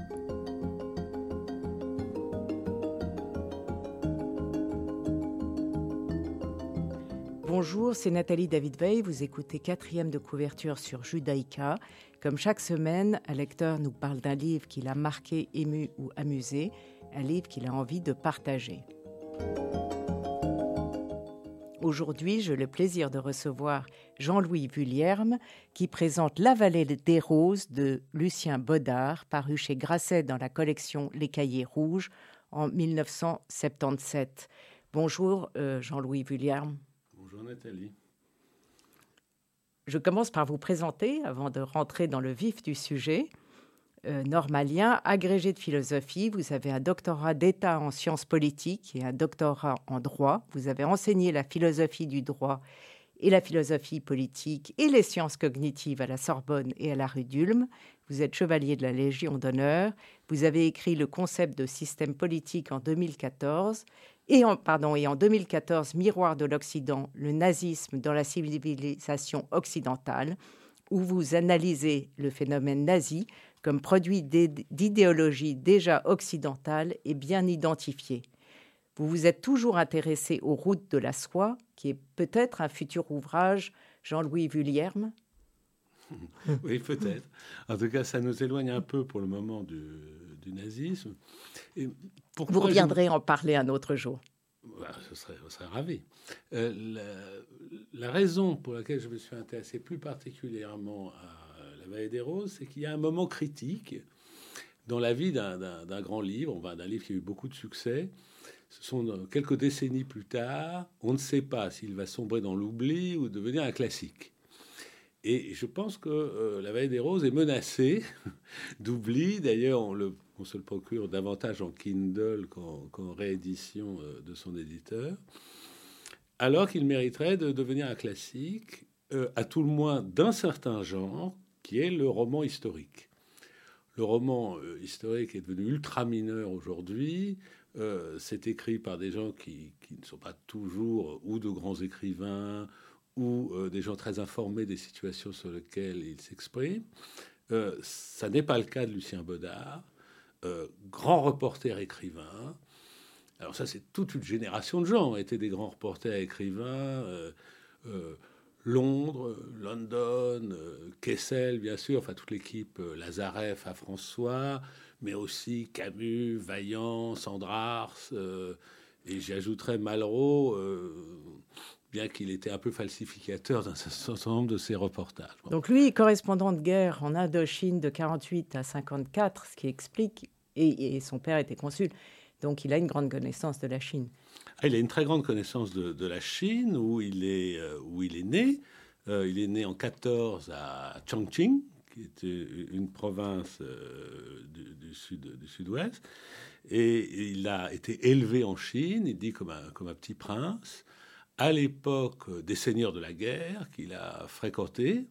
Bonjour, c'est Nathalie David-Veil. Vous écoutez 4e de couverture sur Judaïka. Comme chaque semaine, un lecteur nous parle d'un livre qui l'a marqué, ému ou amusé, un livre qu'il a envie de partager. Aujourd'hui, j'ai le plaisir de recevoir Jean-Louis Vuillierme qui présente La vallée des roses de Lucien Bodard, paru chez Grasset dans la collection Les Cahiers rouges en 1977. Bonjour Jean-Louis Vuillierme. Bonjour Nathalie. Je commence par vous présenter avant de rentrer dans le vif du sujet. Normalien, agrégé de philosophie, vous avez un doctorat d'État en sciences politiques et un doctorat en droit. Vous avez enseigné la philosophie du droit et la philosophie politique et les sciences cognitives à la Sorbonne et à la rue d'Ulm. Vous êtes chevalier de la Légion d'honneur. Vous avez écrit le concept de système politique en 2014 et en 2014, Miroir de l'Occident, le nazisme dans la civilisation occidentale, où vous analysez le phénomène nazi comme produit d'idéologie déjà occidentale et bien identifiée. Vous vous êtes toujours intéressé aux routes de la soie, qui est peut-être un futur ouvrage, Jean-Louis Vuillierme. Oui, peut-être. En tout cas, ça nous éloigne un peu pour le moment du nazisme. Et vous reviendrez en parler un autre jour. Voilà, je serais ravi. La raison pour laquelle je me suis intéressé plus particulièrement à La vallée des roses, c'est qu'il y a un moment critique dans la vie d'un grand livre, d'un livre qui a eu beaucoup de succès. Ce sont quelques décennies plus tard, on ne sait pas s'il va sombrer dans l'oubli ou devenir un classique. Et je pense que La vallée des roses est menacée d'oubli. D'ailleurs, on se le procure davantage en Kindle qu'en réédition de son éditeur, alors qu'il mériterait de devenir un classique, à tout le moins d'un certain genre, qui est le roman historique. Le roman historique est devenu ultra mineur aujourd'hui. C'est écrit par des gens qui ne sont pas toujours ou de grands écrivains ou des gens très informés des situations sur lesquelles ils s'expriment. Ça n'est pas le cas de Lucien Bodard, grand reporter écrivain. Alors ça, c'est toute une génération de gens étaient des grands reporters écrivains. Londres, London, Kessel, bien sûr, enfin toute l'équipe, Lazareff à François, mais aussi Camus, Vaillant, Sandrars, et j'y ajouterais Malraux, bien qu'il était un peu falsificateur d'un certain nombre de ses reportages. Bon. Donc lui, correspondant de guerre en Indochine de 48 à 54, ce qui explique, et son père était consul, donc il a une grande connaissance de la Chine. Il a une très grande connaissance de la Chine, où il est né. Il est né en 14 à Chongqing, qui était une province du sud-ouest. Et il a été élevé en Chine, il dit comme un petit prince, à l'époque des seigneurs de la guerre qu'il a fréquenté.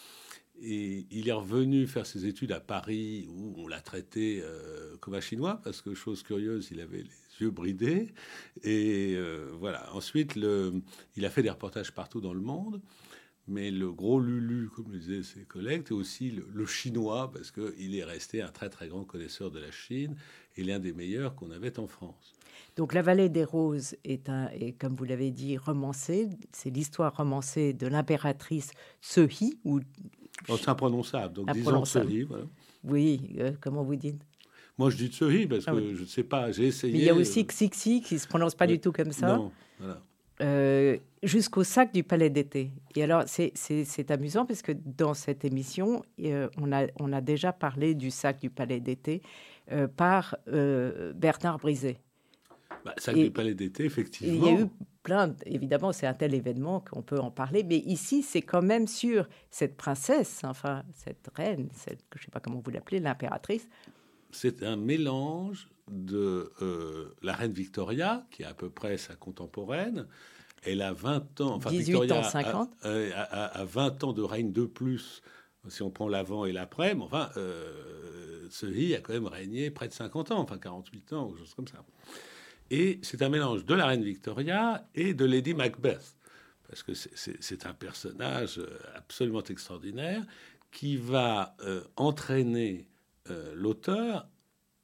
Et il est revenu faire ses études à Paris, où on l'a traité comme un Chinois, parce que, chose curieuse, il avait les yeux bridés. Et voilà. Ensuite, il a fait des reportages partout dans le monde. Mais le gros Lulu, comme le disaient ses collègues, c'est aussi le chinois, parce qu'il est resté un très, très grand connaisseur de la Chine et l'un des meilleurs qu'on avait en France. Donc, La vallée des roses est comme vous l'avez dit, romancé. C'est l'histoire romancée de l'impératrice Sehi, ou... C'est imprononçable, donc disons Sehi. Voilà. Oui, comment vous dites? Moi, je dis Sehi parce que oui. Je ne sais pas, j'ai essayé... Mais il y a aussi Xixi qui ne se prononce pas du tout comme ça. Non, voilà. Jusqu'au sac du Palais d'été. Et alors, c'est amusant parce que dans cette émission, on a déjà parlé du sac du Palais d'été par Bernard Brizet. Sac du Palais d'été, effectivement. Il y a eu évidemment, c'est un tel événement qu'on peut en parler, mais ici, c'est quand même sur cette princesse, enfin, cette reine, je ne sais pas comment vous l'appelez, l'impératrice. C'est un mélange de la reine Victoria, qui est à peu près sa contemporaine. Elle a 20 ans, enfin 18 Victoria ans, 50. a 20 ans de règne de plus, si on prend l'avant et l'après. Mais enfin, Sehi a quand même régné près de 50 ans, enfin 48 ans, ou quelque chose comme ça. Et c'est un mélange de la reine Victoria et de Lady Macbeth, parce que c'est un personnage absolument extraordinaire qui va entraîner l'auteur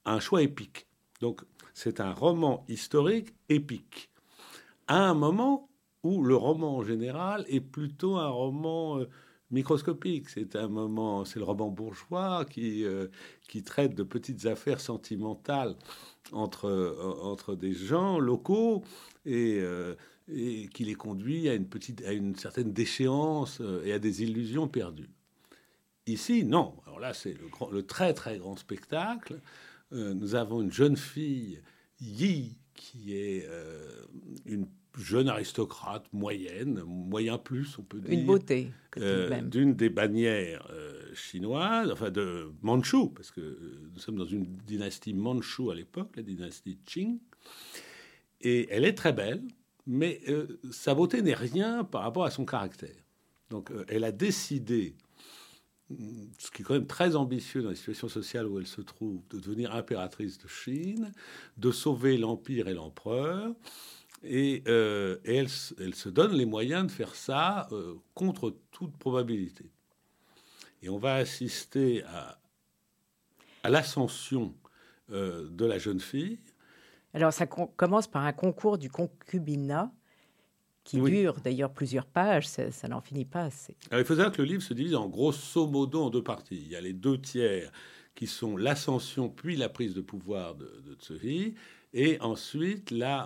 un choix épique. Donc, c'est un roman historique épique, à un moment où le roman en général est plutôt un roman microscopique. C'est le roman bourgeois qui traite de petites affaires sentimentales entre des gens locaux et qui les conduit à une certaine déchéance et à des illusions perdues. Ici, non. Alors là, c'est le très très grand spectacle. Nous avons une jeune fille, Yi, qui est une jeune aristocrate moyen plus, on peut dire. Une beauté, d'une des bannières chinoises, enfin de Manchu, parce que nous sommes dans une dynastie Manchu à l'époque, la dynastie Qing. Et elle est très belle, mais sa beauté n'est rien par rapport à son caractère. Donc elle a décidé, ce qui est quand même très ambitieux dans la situation sociale où elle se trouve, de devenir impératrice de Chine, de sauver l'empire et l'empereur. Et elle se donne les moyens de faire ça contre toute probabilité. Et on va assister à l'ascension de la jeune fille. Alors, ça commence par un concours du concubinat qui dure d'ailleurs plusieurs pages, ça n'en finit pas. Alors, il faut savoir que le livre se divise en grosso modo en 2 parties. Il y a les 2 tiers qui sont l'ascension puis la prise de pouvoir de Tzuhi, et ensuite la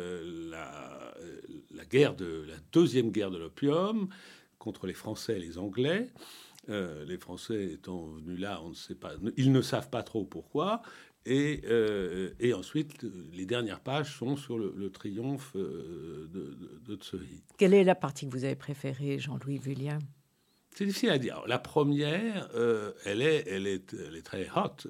deuxième guerre de l'opium contre les Français et les Anglais. Les Français étant venus là, on ne sait pas, ils ne savent pas trop pourquoi. Et ensuite, les dernières pages sont sur le triomphe de Tzuhi. Quelle est la partie que vous avez préférée, Jean-Louis Vuillien ? C'est difficile à dire. La première, elle est très hot.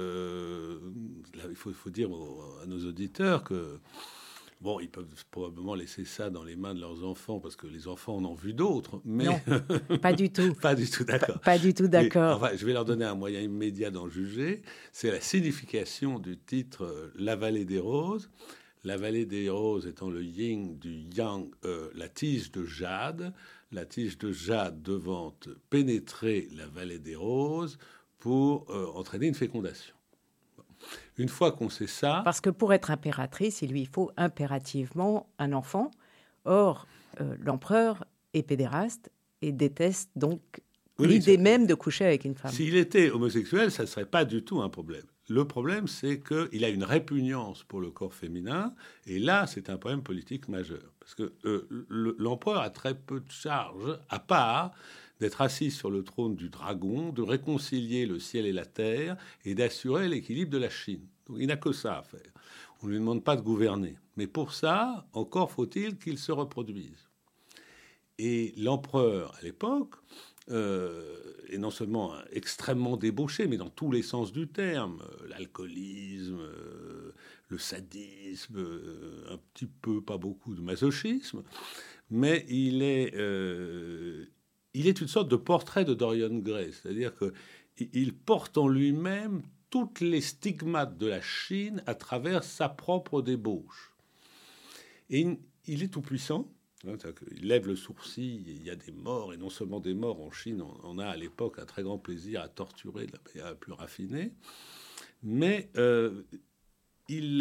Il faut dire à nos auditeurs que bon, ils peuvent probablement laisser ça dans les mains de leurs enfants parce que les enfants en ont vu d'autres. Mais non, pas du tout. Pas du tout d'accord. Pas du tout d'accord. Enfin, je vais leur donner un moyen immédiat d'en juger. C'est la signification du titre La vallée des roses. La vallée des roses étant le yin du yang, la tige de jade. La tige de jade devant pénétrer la vallée des roses pour entraîner une fécondation. Une fois qu'on sait ça... Parce que pour être impératrice, il lui faut impérativement un enfant. Or, l'empereur est pédéraste et déteste donc l'idée même de coucher avec une femme. S'il était homosexuel, ça ne serait pas du tout un problème. Le problème, c'est qu'il a une répugnance pour le corps féminin. Et là, c'est un problème politique majeur. Parce que l'empereur a très peu de charges, à part d'être assis sur le trône du dragon, de réconcilier le ciel et la terre et d'assurer l'équilibre de la Chine. Donc, il n'a que ça à faire. On ne lui demande pas de gouverner. Mais pour ça, encore faut-il qu'il se reproduise. Et l'empereur, à l'époque, est non seulement extrêmement débauché, mais dans tous les sens du terme. L'alcoolisme, le sadisme, un petit peu, pas beaucoup de masochisme. Mais il est une sorte de portrait de Dorian Gray. C'est-à-dire qu'il porte en lui-même toutes les stigmates de la Chine à travers sa propre débauche. Et il est tout puissant. Il lève le sourcil, il y a des morts, et non seulement des morts. En Chine, on a à l'époque un très grand plaisir à torturer de la manière la plus raffinée. Mais il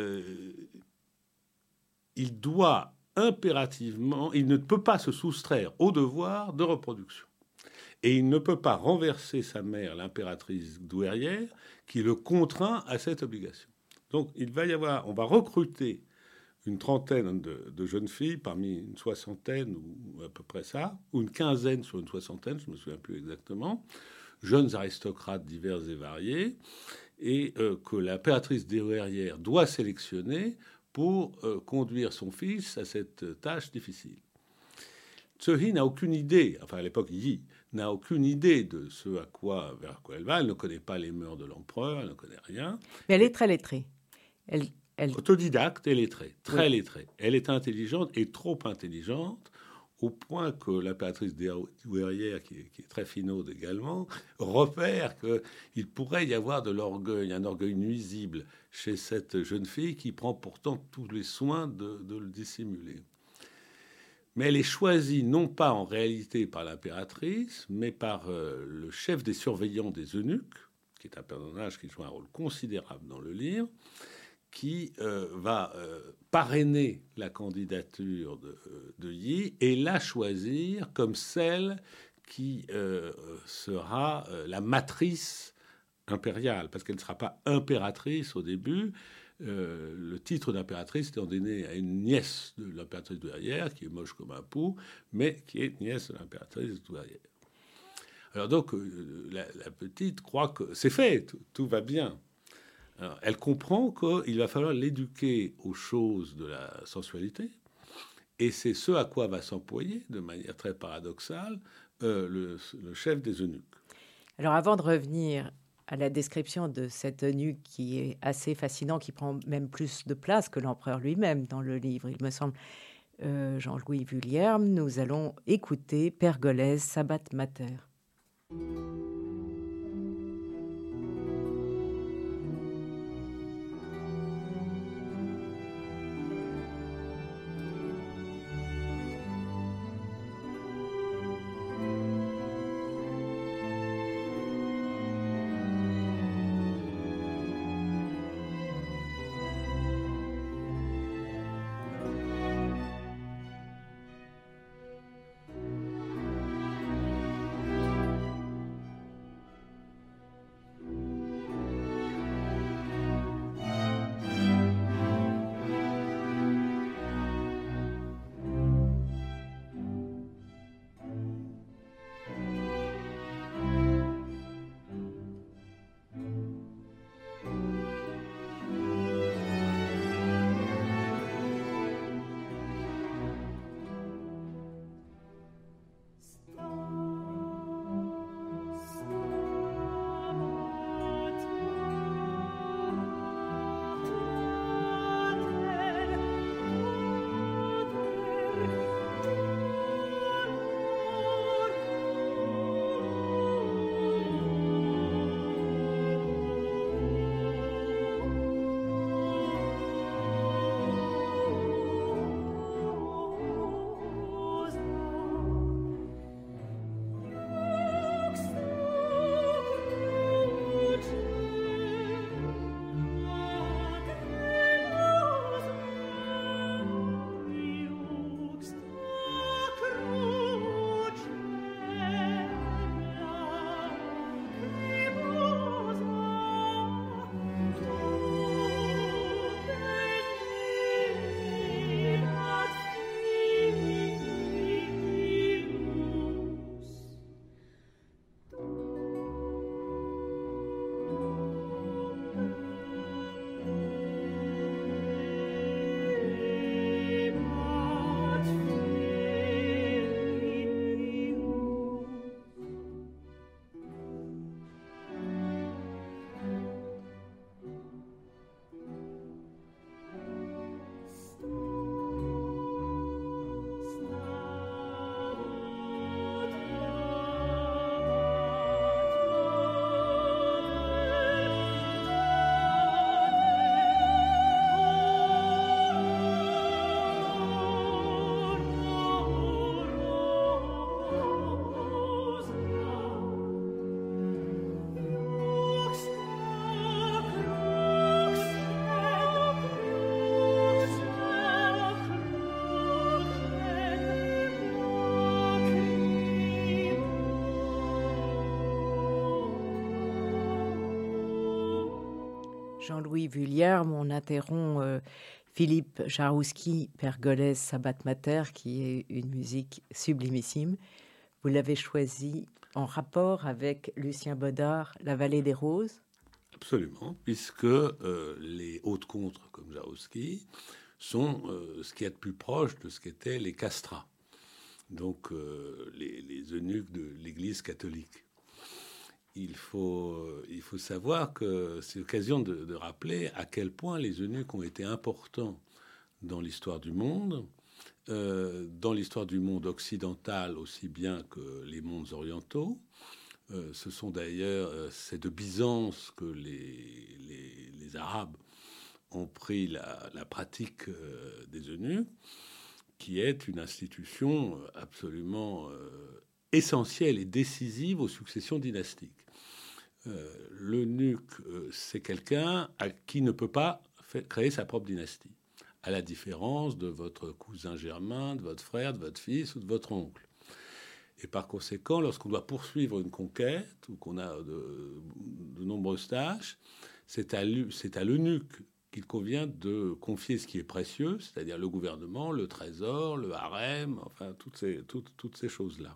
doit impérativement, il ne peut pas se soustraire au devoir de reproduction. Et il ne peut pas renverser sa mère, l'impératrice douairière, qui le contraint à cette obligation. Donc on va recruter une trentaine de jeunes filles parmi une soixantaine ou à peu près ça, ou une quinzaine sur une soixantaine, je ne me souviens plus exactement, jeunes aristocrates divers et variés, et que l'impératrice douairière doit sélectionner pour conduire son fils à cette tâche difficile. Tzuhi n'a aucune idée, enfin à l'époque Yi n'a aucune idée de ce vers quoi elle va. Elle ne connaît pas les mœurs de l'empereur, elle ne connaît rien. Mais elle est très lettrée. Autodidacte et lettrée, très lettrée. Elle est intelligente et trop intelligente au point que l'impératrice douairière, qui est très finaude également, repère qu'il pourrait y avoir de l'orgueil, un orgueil nuisible chez cette jeune fille qui prend pourtant tous les soins de le dissimuler. Mais elle est choisie non pas en réalité par l'impératrice, mais par le chef des surveillants des eunuques, qui est un personnage qui joue un rôle considérable dans le livre, qui va parrainer la candidature de Yi et la choisir comme celle qui sera la matrice impériale, parce qu'elle ne sera pas impératrice au début. Le titre d'impératrice est donné à une nièce de l'impératrice douairière, qui est moche comme un pou, mais qui est nièce de l'impératrice douairière. Alors donc, la petite croit que c'est fait, tout va bien. Alors, elle comprend qu'il va falloir l'éduquer aux choses de la sensualité, et c'est ce à quoi va s'employer, de manière très paradoxale, le chef des eunuques. Alors avant de revenir à la description de cet eunuque qui est assez fascinant, qui prend même plus de place que l'empereur lui-même dans le livre, il me semble, Jean-Louis Vuillerme, nous allons écouter Pergolèse, Stabat Mater. Jean-Louis Vuillerme, on interrompt Philippe Jaroussky, Pergolèse, Stabat Mater, qui est une musique sublimissime. Vous l'avez choisi en rapport avec Lucien Bodard, La Vallée des Roses. Absolument, puisque les hautes contres comme Jaroussky sont ce qui est de plus proche de ce qu'étaient les castrats, donc les eunuques de l'Église catholique. Il faut savoir que c'est l'occasion de rappeler à quel point les eunuques ont été importants dans l'histoire du monde, dans l'histoire du monde occidental aussi bien que les mondes orientaux. Ce sont d'ailleurs, c'est de Byzance que les Arabes ont pris la pratique des eunuques, qui est une institution absolument essentielle et décisive aux successions dynastiques. L'eunuque, c'est quelqu'un qui ne peut pas créer sa propre dynastie, à la différence de votre cousin germain, de votre frère, de votre fils ou de votre oncle. Et par conséquent, lorsqu'on doit poursuivre une conquête ou qu'on a de nombreuses tâches, c'est à l'eunuque qu'il convient de confier ce qui est précieux, c'est-à-dire le gouvernement, le trésor, le harem, enfin toutes ces choses-là.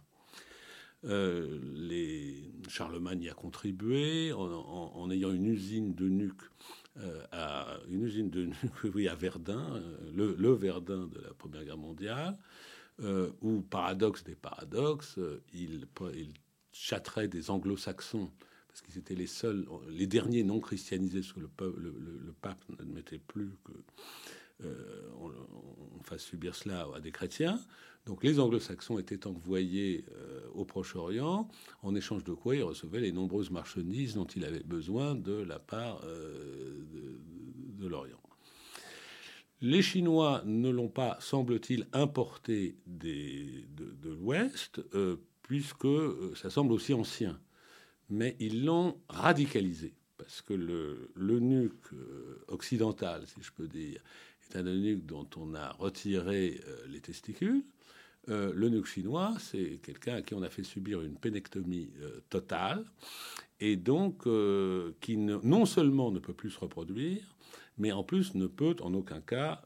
Charlemagne y a contribué en ayant une usine d'eunuques à Verdun, le Verdun de la Première Guerre mondiale, où, paradoxe des paradoxes, il châtrait des anglo-saxons parce qu'ils étaient les derniers non christianisés, parce que le pape n'admettait plus qu'on fasse subir cela à des chrétiens. Donc les anglo-saxons étaient envoyés au Proche-Orient, en échange de quoi ils recevaient les nombreuses marchandises dont il avait besoin de la part de l'Orient. Les Chinois ne l'ont pas, semble-t-il, importé de l'Ouest, puisque ça semble aussi ancien. Mais ils l'ont radicalisé, parce que l'eunuque occidental, si je peux dire, est un eunuque dont on a retiré les testicules. L'eunuque chinois, c'est quelqu'un à qui on a fait subir une pénectomie totale, et donc qui non seulement ne peut plus se reproduire, mais en plus ne peut en aucun cas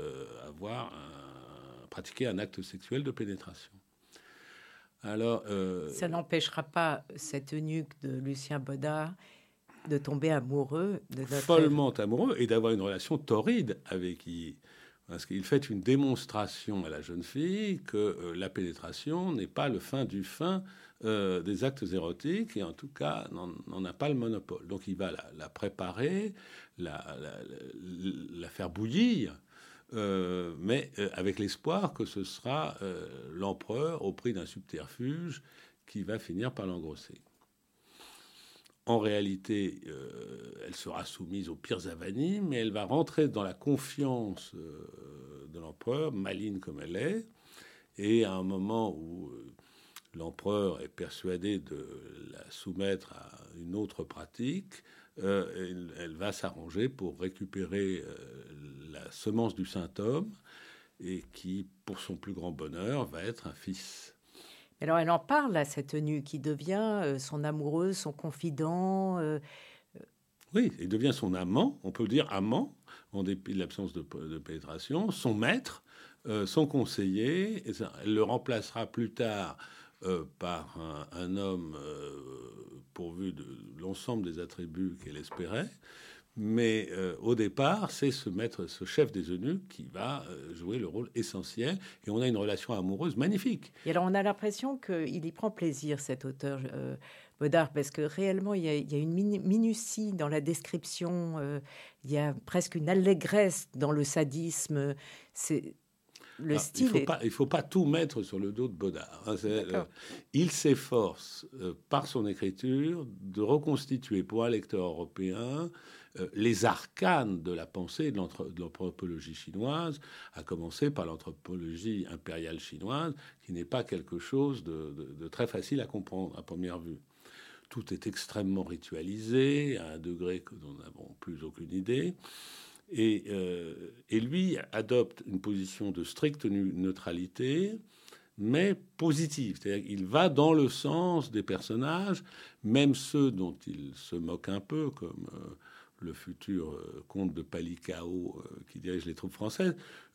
pratiquer un acte sexuel de pénétration. Alors, ça n'empêchera pas cet eunuque de Lucien Bodard de tomber amoureux de notre... Follement amoureux, et d'avoir une relation torride avec qui. Parce qu'il fait une démonstration à la jeune fille que la pénétration n'est pas le fin du fin des actes érotiques, et en tout cas n'en a pas le monopole. Donc il va la préparer, la faire bouillir, mais avec l'espoir que ce sera l'empereur, au prix d'un subterfuge, qui va finir par l'engrosser. En réalité, elle sera soumise aux pires avanies, mais elle va rentrer dans la confiance de l'empereur, maligne comme elle est, et à un moment où l'empereur est persuadé de la soumettre à une autre pratique, elle va s'arranger pour récupérer la semence du saint homme, et qui, pour son plus grand bonheur, va être un fils. Alors, elle en parle à cette eunuque qui devient son amoureux, son confident. Oui, il devient son amant, on peut dire amant, en dépit de l'absence de pénétration, son maître, son conseiller. Et ça, elle le remplacera plus tard par un homme pourvu de l'ensemble des attributs qu'elle espérait. Mais au départ, c'est ce chef des eunuques qui va jouer le rôle essentiel. Et on a une relation amoureuse magnifique. Et alors, on a l'impression qu'il y prend plaisir, cet auteur Bodard, parce que réellement, il y a une minutie dans la description. Il y a presque une allégresse dans le sadisme. C'est... Il ne faut pas tout mettre sur le dos de Bodard. Il s'efforce, par son écriture, de reconstituer pour un lecteur européen les arcanes de la pensée et de l'anthropologie chinoise, à commencer par l'anthropologie impériale chinoise, qui n'est pas quelque chose de très facile à comprendre à première vue. Tout est extrêmement ritualisé, à un degré que nous n'avons plus aucune idée. Et lui adopte une position de stricte neutralité, mais positive. C'est-à-dire qu'il va dans le sens des personnages, même ceux dont il se moque un peu, comme le futur comte de Palikao qui dirige les troupes françaises,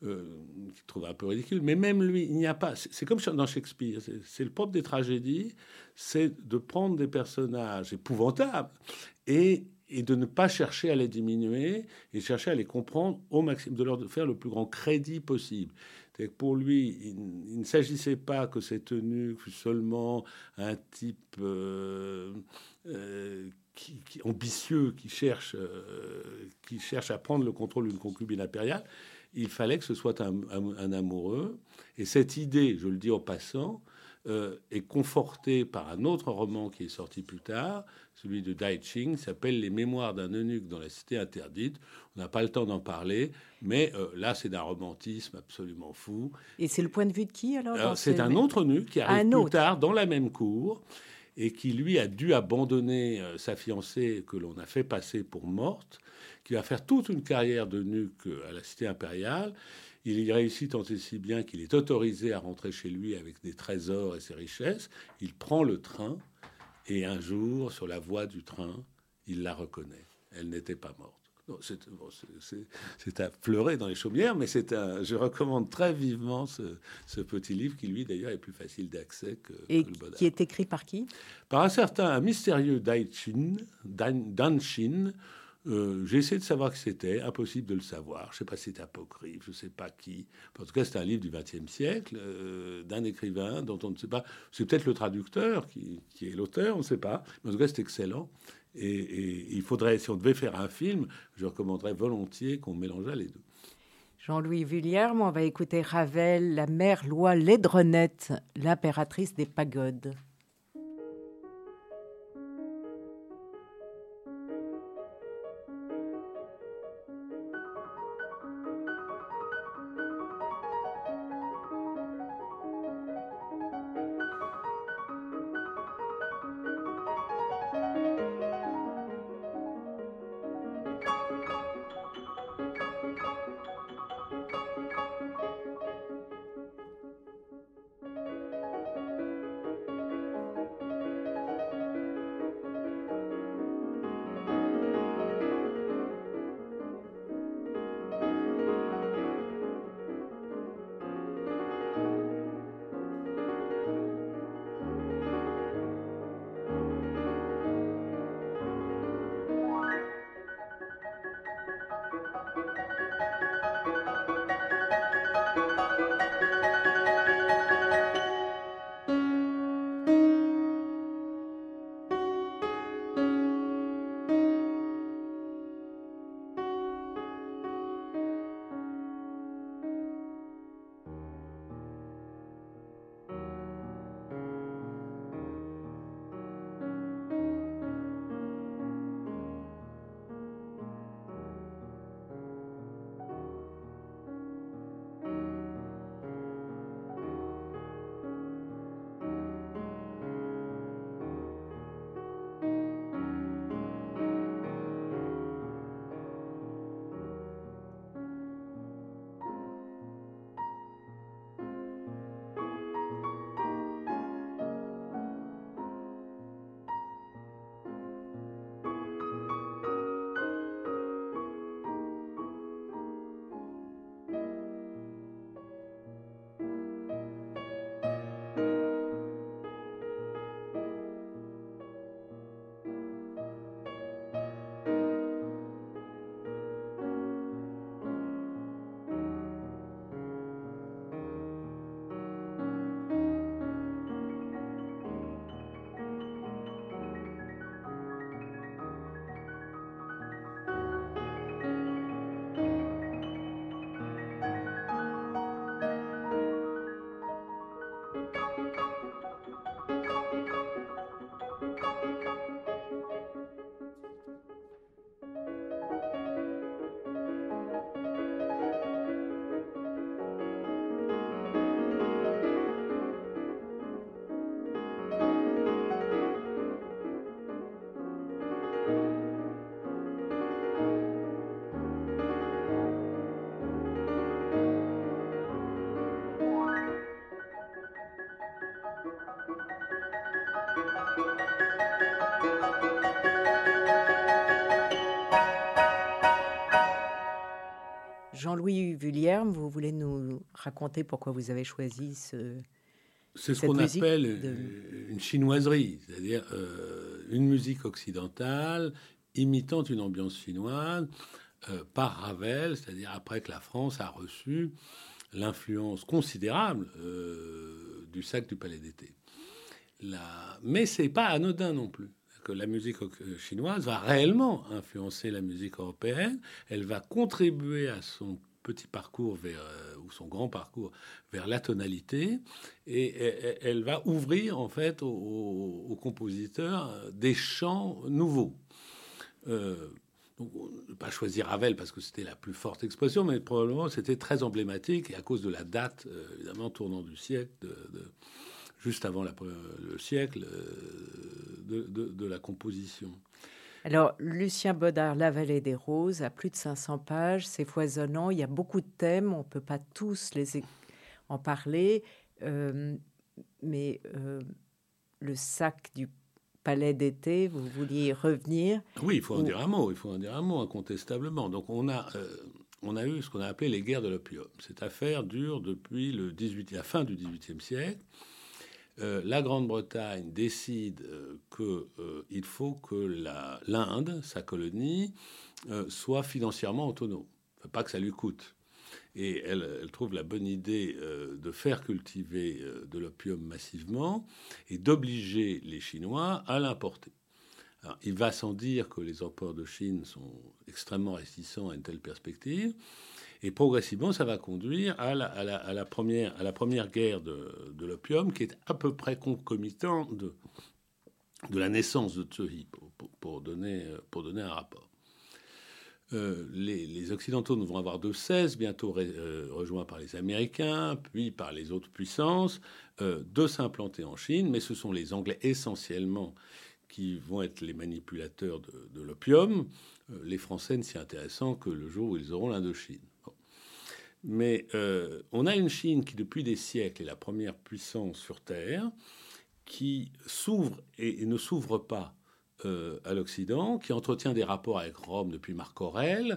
qui trouve un peu ridicule. Mais même lui, il n'y a pas... C'est comme dans Shakespeare, c'est le propre des tragédies, c'est de prendre des personnages épouvantables et de ne pas chercher à les diminuer et chercher à les comprendre au maximum, de leur faire le plus grand crédit possible. C'est-à-dire que pour lui, il ne s'agissait pas que cette eunuque fût seulement un type ambitieux qui cherche à prendre le contrôle d'une concubine impériale. Il fallait que ce soit un amoureux. Et cette idée, je le dis en passant, est confortée par un autre roman qui est sorti plus tard, celui de Dai Ching, qui s'appelle Les Mémoires d'un eunuque dans la cité interdite. On n'a pas le temps d'en parler, mais là, c'est d'un romantisme absolument fou. Et c'est le point de vue de qui, alors c'est un autre eunuque qui arrive plus tard dans la même cour et qui, lui, a dû abandonner sa fiancée que l'on a fait passer pour morte, qui va faire toute une carrière de nuque à la cité impériale. Il y réussit tant et si bien qu'il est autorisé à rentrer chez lui avec des trésors et ses richesses. Il prend le train et un jour, sur la voie du train, il la reconnaît. Elle n'était pas morte. C'est à pleurer dans les chaumières, mais je recommande très vivement ce petit livre qui, lui, d'ailleurs, est plus facile d'accès que le Bodar. Qui est écrit par qui? Par un mystérieux Danshin. J'ai essayé de savoir qui c'était, impossible de le savoir. Je ne sais pas si c'est apocryphe, je ne sais pas qui. En tout cas, c'est un livre du XXe siècle, d'un écrivain dont on ne sait pas. C'est peut-être le traducteur qui est l'auteur, on ne sait pas. Mais en tout cas, c'est excellent. Et il faudrait, si on devait faire un film, je recommanderais volontiers qu'on mélangeât les deux. Jean-Louis Vuillerme, on va écouter Ravel, la mère Loi Laidronette, l'impératrice des pagodes. Jean-Louis Vuillerme, vous voulez nous raconter pourquoi vous avez choisi c'est ce qu'on appelle une chinoiserie, c'est-à-dire une musique occidentale imitant une ambiance chinoise par Ravel, c'est-à-dire après que la France a reçu l'influence considérable du Sacre du Palais d'été. Mais c'est pas anodin non plus. Que la musique chinoise va réellement influencer la musique européenne. Elle va contribuer à son petit parcours ou son grand parcours vers la tonalité, et elle va ouvrir en fait aux compositeurs des champs nouveaux. Donc, on ne peut pas choisir Ravel parce que c'était la plus forte expression, mais probablement c'était très emblématique, et à cause de la date, évidemment, tournant du siècle, juste avant le siècle de la composition. Alors, Lucien Bodard, La Vallée des Roses, a plus de 500 pages, c'est foisonnant, il y a beaucoup de thèmes, on ne peut pas tous en parler, mais le sac du palais d'été, vous vouliez y revenir? Oui, il faut en dire un mot, incontestablement. Donc on a eu ce qu'on a appelé les guerres de l'opium. Cette affaire dure depuis la fin du XVIIIe siècle. La Grande-Bretagne décide qu'il faut que l'Inde, sa colonie, soit financièrement autonome. Enfin, pas que ça lui coûte. Et elle trouve la bonne idée de faire cultiver de l'opium massivement et d'obliger les Chinois à l'importer. Alors, il va sans dire que les empereurs de Chine sont extrêmement réticents à une telle perspective. Et progressivement, ça va conduire à la première guerre de l'opium, qui est à peu près concomitant de la naissance de Tzuhi, pour donner un rapport. Les Occidentaux ne vont avoir de cesse, bientôt rejoints par les Américains, puis par les autres puissances, de s'implanter en Chine, mais ce sont les Anglais essentiellement qui vont être les manipulateurs de l'opium, les Français ne s'y intéressant que le jour où ils auront l'Indochine. Bon. Mais on a une Chine qui, depuis des siècles, est la première puissance sur Terre, qui s'ouvre et ne s'ouvre pas à l'Occident, qui entretient des rapports avec Rome depuis Marc Aurèle,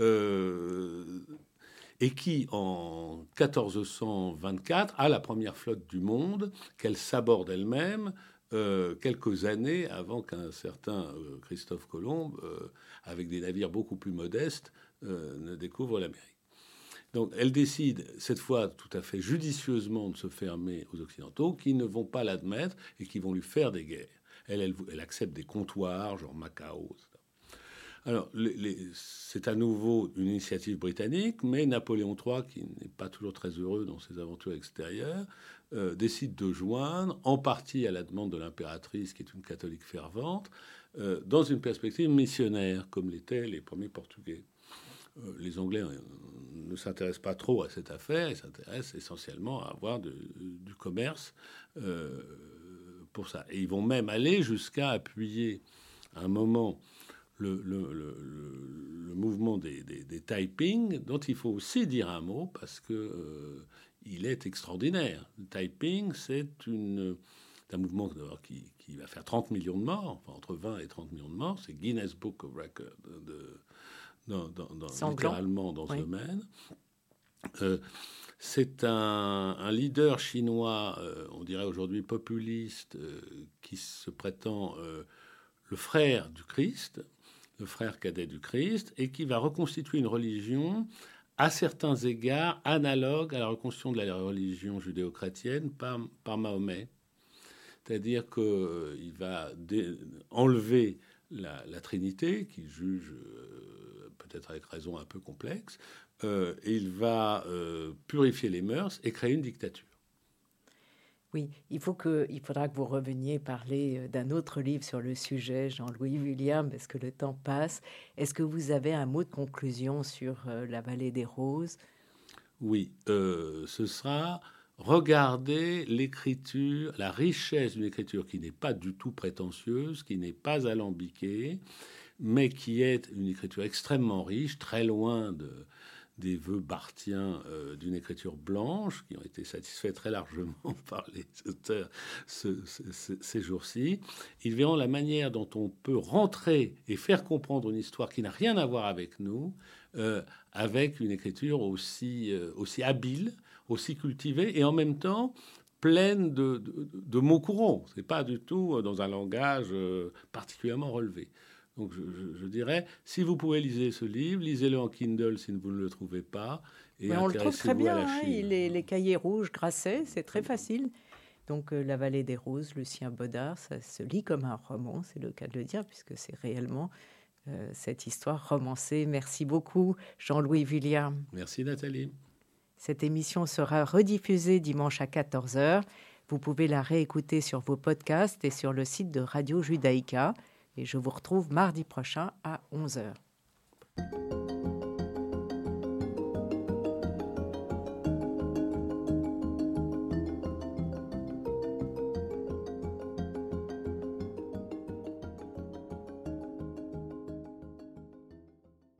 et qui, en 1424, a la première flotte du monde, qu'elle s'aborde elle-même, quelques années avant qu'un certain Christophe Colomb, avec des navires beaucoup plus modestes, ne découvre l'Amérique. Donc elle décide, cette fois tout à fait judicieusement, de se fermer aux Occidentaux, qui ne vont pas l'admettre et qui vont lui faire des guerres. Elle accepte des comptoirs, genre Macao, etc. Alors, c'est à nouveau une initiative britannique, mais Napoléon III, qui n'est pas toujours très heureux dans ses aventures extérieures, décide de joindre, en partie à la demande de l'impératrice, qui est une catholique fervente, dans une perspective missionnaire, comme l'étaient les premiers Portugais. Les Anglais ne s'intéressent pas trop à cette affaire, ils s'intéressent essentiellement à avoir du commerce pour ça. Et ils vont même aller jusqu'à appuyer à un moment le mouvement des Taiping, dont il faut aussi dire un mot parce que il est extraordinaire. Le Taiping, c'est un mouvement qui va faire 30 millions de morts, enfin entre 20 et 30 millions de morts. C'est Guinness Book of Records littéralement dans ce domaine. C'est un leader chinois, on dirait aujourd'hui populiste, qui se prétend le frère du Christ, le frère cadet du Christ, et qui va reconstituer une religion à certains égards analogue à la reconstitution de la religion judéo-chrétienne par Mahomet. C'est-à-dire qu'il va enlever la Trinité, qu'il juge peut-être avec raison un peu complexe, et il va purifier les mœurs et créer une dictature. Oui, il faudra que vous reveniez parler d'un autre livre sur le sujet, Jean-Louis William, parce que le temps passe. Est-ce que vous avez un mot de conclusion sur La Vallée des Roses? Oui, ce sera regarder l'écriture, la richesse d'une écriture qui n'est pas du tout prétentieuse, qui n'est pas alambiquée, mais qui est une écriture extrêmement riche, très loin des vœux barthiens d'une écriture blanche, qui ont été satisfaits très largement par les auteurs ces jours-ci. Ils verront la manière dont on peut rentrer et faire comprendre une histoire qui n'a rien à voir avec nous, avec une écriture aussi habile, aussi cultivée, et en même temps pleine de mots courants. Ce n'est pas du tout dans un langage particulièrement relevé. Donc je dirais, si vous pouvez lisez ce livre, lisez-le en Kindle si vous ne le trouvez pas. Et on le trouve très bien, les cahiers rouges Grasset, c'est très facile. Donc La Vallée des Roses, Lucien Bodard, ça se lit comme un roman, c'est le cas de le dire, puisque c'est réellement cette histoire romancée. Merci beaucoup, Jean-Louis William. Merci Nathalie. Cette émission sera rediffusée dimanche à 14h. Vous pouvez la réécouter sur vos podcasts et sur le site de Radio Judaïka. Et je vous retrouve mardi prochain à 11h.